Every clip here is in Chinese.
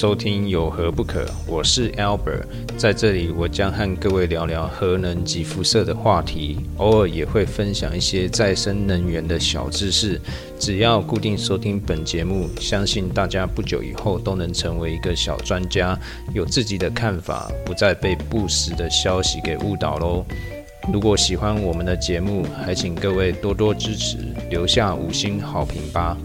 收听有何不可，我是 Albert， 在这里我将和各位聊聊核能及辐射的话题，偶尔也会分享一些再生能源的小知识。只要固定收听本节目，相信大家不久以后都能成为一个小专家，有自己的看法，不再被不实的消息给误导咯。如果喜欢我们的节目，还请各位多多支持，留下5星好评吧。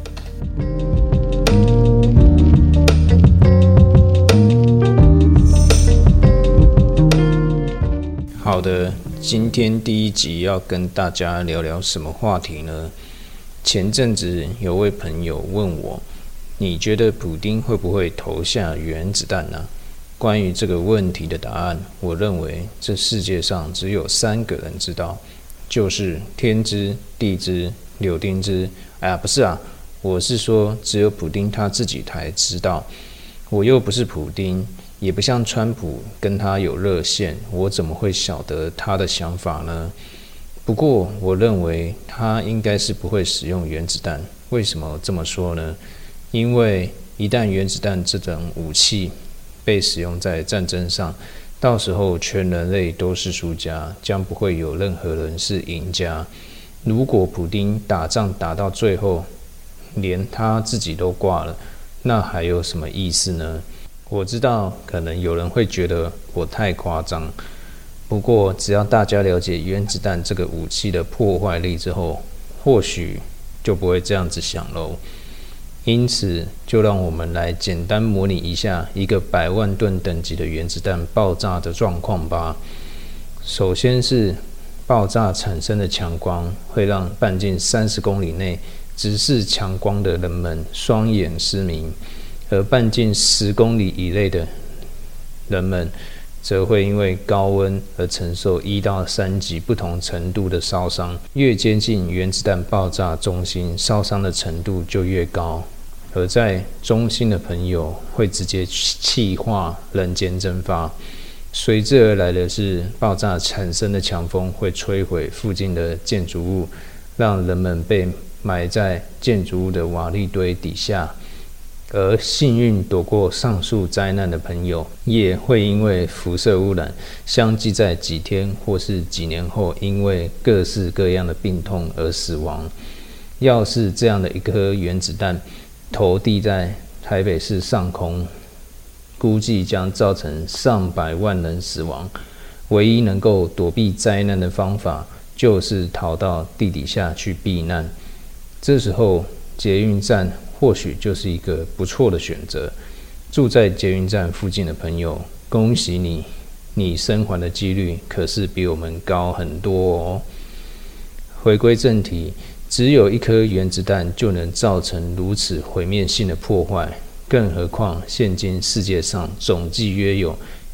好的，今天第一集要跟大家聊聊什么话题呢？前阵子有位朋友问我，你觉得普丁会不会投下原子弹呢？关于这个问题的答案，我认为这世界上只有3个人知道，就是天知、地知、柳丁知。不是啊，我是说只有普丁他自己才知道。我又不是普丁，也不像川普跟他有热线，我怎么会晓得他的想法呢？不过我认为他应该是不会使用原子弹。为什么这么说呢？因为一旦原子弹这种武器被使用在战争上，到时候全人类都是输家，将不会有任何人是赢家。如果普丁打仗打到最后连他自己都挂了，那还有什么意思呢？我知道可能有人会觉得我太夸张，不过只要大家了解原子弹这个武器的破坏力之后，或许就不会这样子想咯。因此就让我们来简单模拟一下一个100万吨等级的原子弹爆炸的状况吧。首先是爆炸产生的强光会让半径30公里内直视强光的人们双眼失明，而半径10公里以内的人们则会因为高温而承受1到3级不同程度的烧伤，越接近原子弹爆炸中心，烧伤的程度就越高。而在中心的朋友会直接气化人间蒸发，随之而来的是爆炸产生的强风会摧毁附近的建筑物，让人们被埋在建筑物的瓦砾堆底下。而幸运躲过上述灾难的朋友，也会因为辐射污染，相继在几天或是几年后，因为各式各样的病痛而死亡。要是这样的一颗原子弹投递在台北市上空，估计将造成上百万人死亡。唯一能够躲避灾难的方法，就是逃到地底下去避难。这时候，捷运站或许就是一个不错的选择。住在捷运站附近的朋友，恭喜你，你生还的几率可是比我们高很多哦。回归正题，只有一颗原子弹就能造成如此毁灭性的破坏，更何况现今世界上总计约有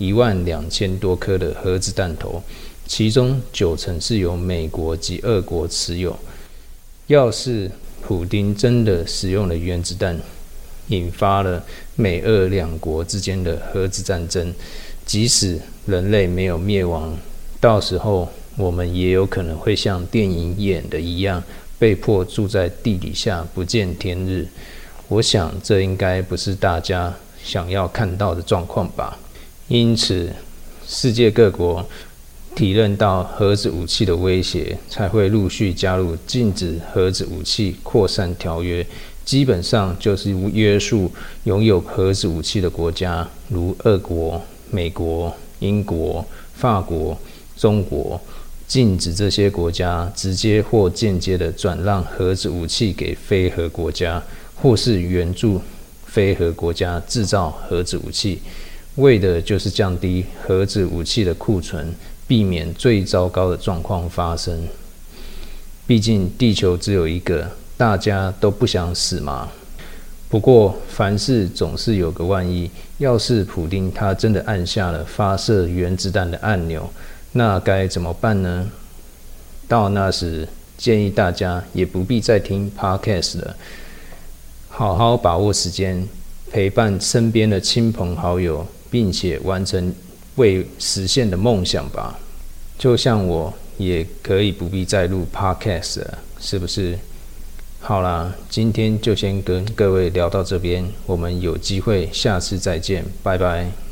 12000多颗的核子弹头，其中90%是由美国及俄国持有。要是普丁真的使用了原子弹，引发了美俄两国之间的核子战争，即使人类没有灭亡，到时候我们也有可能会像电影演的一样，被迫住在地底下不见天日。我想这应该不是大家想要看到的状况吧。因此世界各国体认到核子武器的威胁，才会陆续加入禁止核子武器扩散条约，基本上就是约束拥有核子武器的国家，如俄国、美国、英国、法国、中国，禁止这些国家直接或间接的转让核子武器给非核国家，或是援助非核国家制造核子武器，为的就是降低核子武器的库存，避免最糟糕的状况发生。毕竟地球只有一个，大家都不想死嘛。不过凡事总是有个万一，要是普丁他真的按下了发射原子弹的按钮，那该怎么办呢？到那时建议大家也不必再听 Podcast 了，好好把握时间，陪伴身边的亲朋好友，并且完成未实现的梦想吧。就像我也可以不必再录 Podcast 了，是不是？ 好啦，今天就先跟各位聊到这边，我们有机会下次再见，拜拜。